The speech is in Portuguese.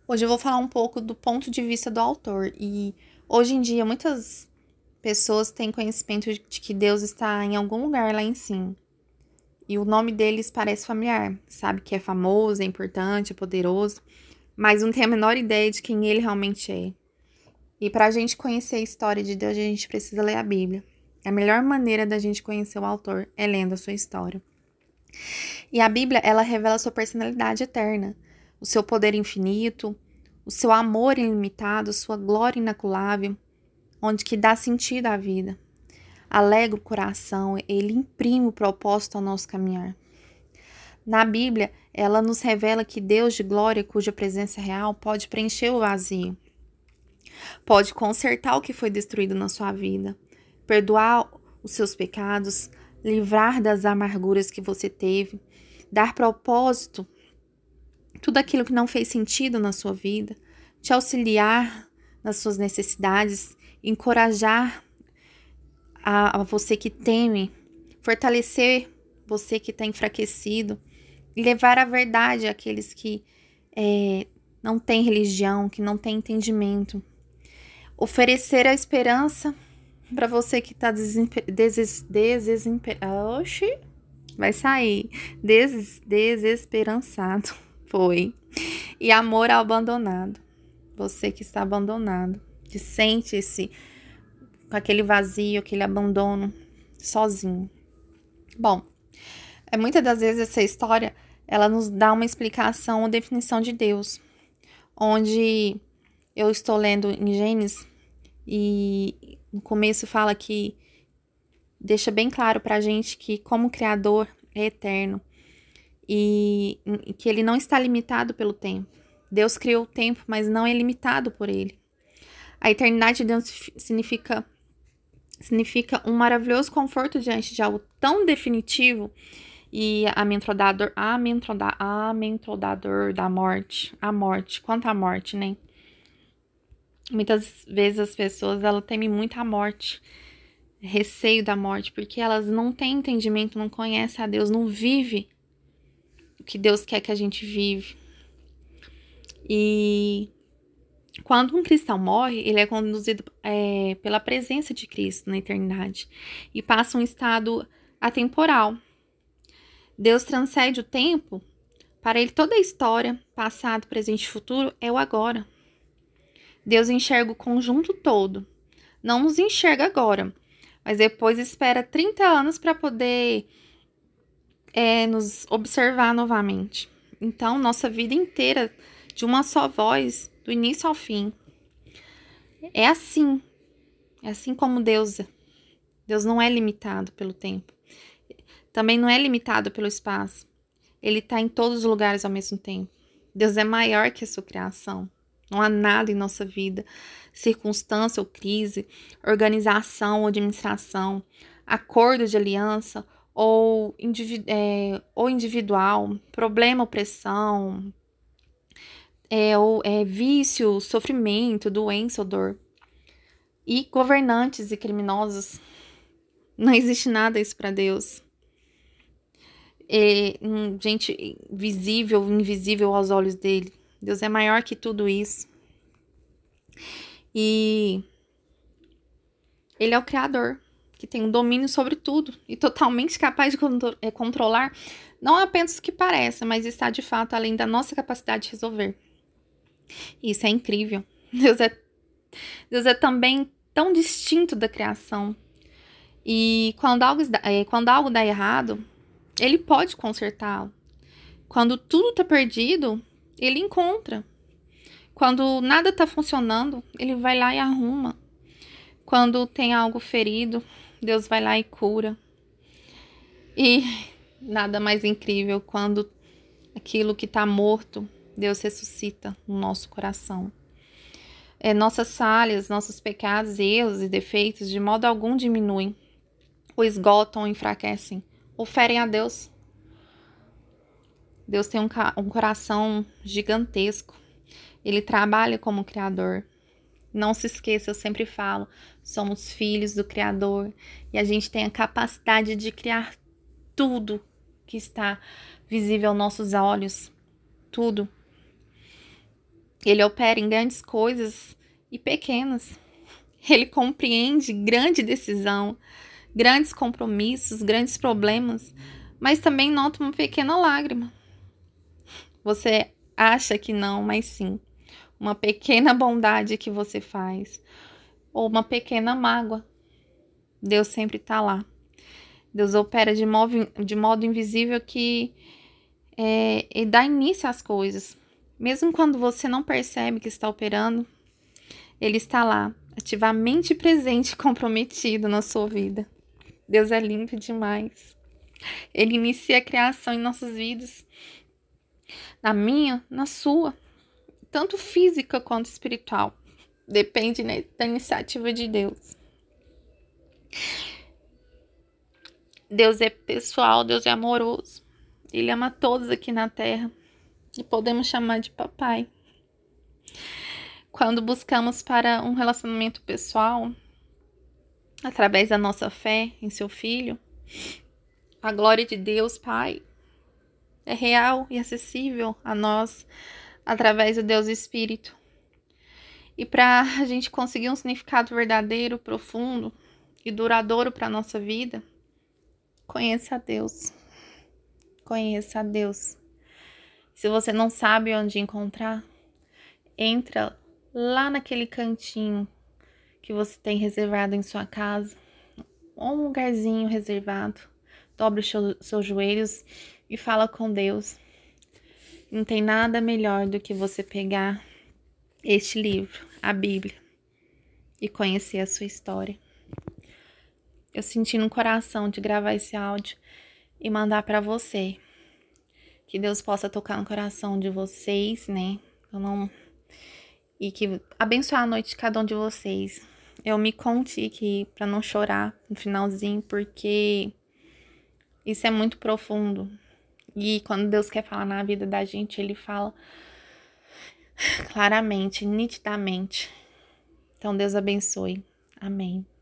Hoje eu vou falar um pouco do ponto de vista do autor. E hoje em dia, muitas pessoas têm conhecimento de que Deus está em algum lugar lá em cima. E o nome deles parece familiar. Sabe que é famoso, é importante, é poderoso, mas não tem a menor ideia de quem ele realmente é. E para a gente conhecer a história de Deus, a gente precisa ler a Bíblia. A melhor maneira da gente conhecer o autor é lendo a sua história. E a Bíblia, ela revela a sua personalidade eterna, o seu poder infinito, o seu amor ilimitado, sua glória inaculável, onde que dá sentido à vida. Alegra o coração, ele imprime o propósito ao nosso caminhar. Na Bíblia, ela nos revela que Deus de glória, cuja presença real, pode preencher o vazio, pode consertar o que foi destruído na sua vida, perdoar os seus pecados, livrar das amarguras que você teve, dar propósito, tudo aquilo que não fez sentido na sua vida, te auxiliar nas suas necessidades, encorajar a você que teme, fortalecer você que está enfraquecido e levar a verdade àqueles que não têm religião, que não têm entendimento. Oferecer a esperança para você que está vai sair. Desesperançado. Foi. E amor ao abandonado. Você que está abandonado, que sente-se com aquele vazio, aquele abandono, sozinho. Bom, muitas das vezes essa história, ela nos dá uma explicação ou definição de Deus, onde eu estou lendo em Gênesis e no começo fala que deixa bem claro pra gente que como Criador é eterno e que ele não está limitado pelo tempo. Deus criou o tempo, mas não é limitado por ele. A eternidade de Deus significa um maravilhoso conforto diante de algo tão definitivo e amedrontador da morte. A morte, quanto à morte, né? Muitas vezes as pessoas, elas temem muito a morte, receio da morte, porque elas não têm entendimento, não conhecem a Deus, não vivem o que Deus quer que a gente vive. E quando um cristão morre, ele é conduzido pela presença de Cristo na eternidade e passa um estado atemporal. Deus transcende o tempo, para ele toda a história, passado, presente e futuro, é o agora. Deus enxerga o conjunto todo, não nos enxerga agora, mas depois espera 30 anos para poder nos observar novamente. Então, nossa vida inteira, de uma só voz, do início ao fim. É assim como Deus é. Deus não é limitado pelo tempo. Também não é limitado pelo espaço. Ele está em todos os lugares ao mesmo tempo. Deus é maior que a sua criação. Não há nada em nossa vida, circunstância ou crise, organização ou administração, acordo de aliança ou individual, problema, opressão, vício, sofrimento, doença ou dor. E governantes e criminosos. Não existe nada isso para Deus. Gente visível, invisível aos olhos dele. Deus é maior que tudo isso. E ele é o Criador, que tem um domínio sobre tudo e totalmente capaz de controlar não apenas o que parece, mas está de fato além da nossa capacidade de resolver. Isso é incrível. Deus é também tão distinto da criação. E quando algo dá errado, ele pode consertá-lo. Quando tudo está perdido, ele encontra. Quando nada está funcionando, ele vai lá e arruma. Quando tem algo ferido, Deus vai lá e cura. E nada mais incrível quando aquilo que está morto, Deus ressuscita no nosso coração. Nossas falhas, nossos pecados, erros e defeitos de modo algum diminuem, ou esgotam, ou enfraquecem, ou ferem a Deus. Deus tem um coração gigantesco. Ele trabalha como Criador. Não se esqueça, eu sempre falo, somos filhos do Criador e a gente tem a capacidade de criar tudo que está visível aos nossos olhos. Tudo. Ele opera em grandes coisas e pequenas. Ele compreende grande decisão, grandes compromissos, grandes problemas, mas também nota uma pequena lágrima. Você acha que não, mas sim. Uma pequena bondade que você faz, ou uma pequena mágoa. Deus sempre está lá. Deus opera de modo invisível que e dá início às coisas. Mesmo quando você não percebe que está operando, Ele está lá, ativamente presente e comprometido na sua vida. Deus é lindo demais. Ele inicia a criação em nossas vidas, na minha, na sua, tanto física quanto espiritual. Depende, né, da iniciativa de Deus. Deus é pessoal, Deus é amoroso. Ele ama todos aqui na terra e podemos chamar de papai. Quando buscamos para um relacionamento pessoal, através da nossa fé em seu Filho, a glória de Deus, Pai, é real e acessível a nós através do Deus Espírito. E para a gente conseguir um significado verdadeiro, profundo e duradouro para a nossa vida, conheça a Deus. Conheça a Deus. Se você não sabe onde encontrar, entra lá naquele cantinho que você tem reservado em sua casa, ou um lugarzinho reservado. Dobre os seus joelhos e fala com Deus. Não tem nada melhor do que você pegar este livro, a Bíblia, e conhecer a sua história. Eu senti no coração de gravar esse áudio e mandar para você. Que Deus possa tocar no coração de vocês, né? E que abençoe a noite de cada um de vocês. Eu me conti aqui para não chorar no finalzinho, porque isso é muito profundo. E quando Deus quer falar na vida da gente, Ele fala claramente, nitidamente. Então Deus abençoe. Amém.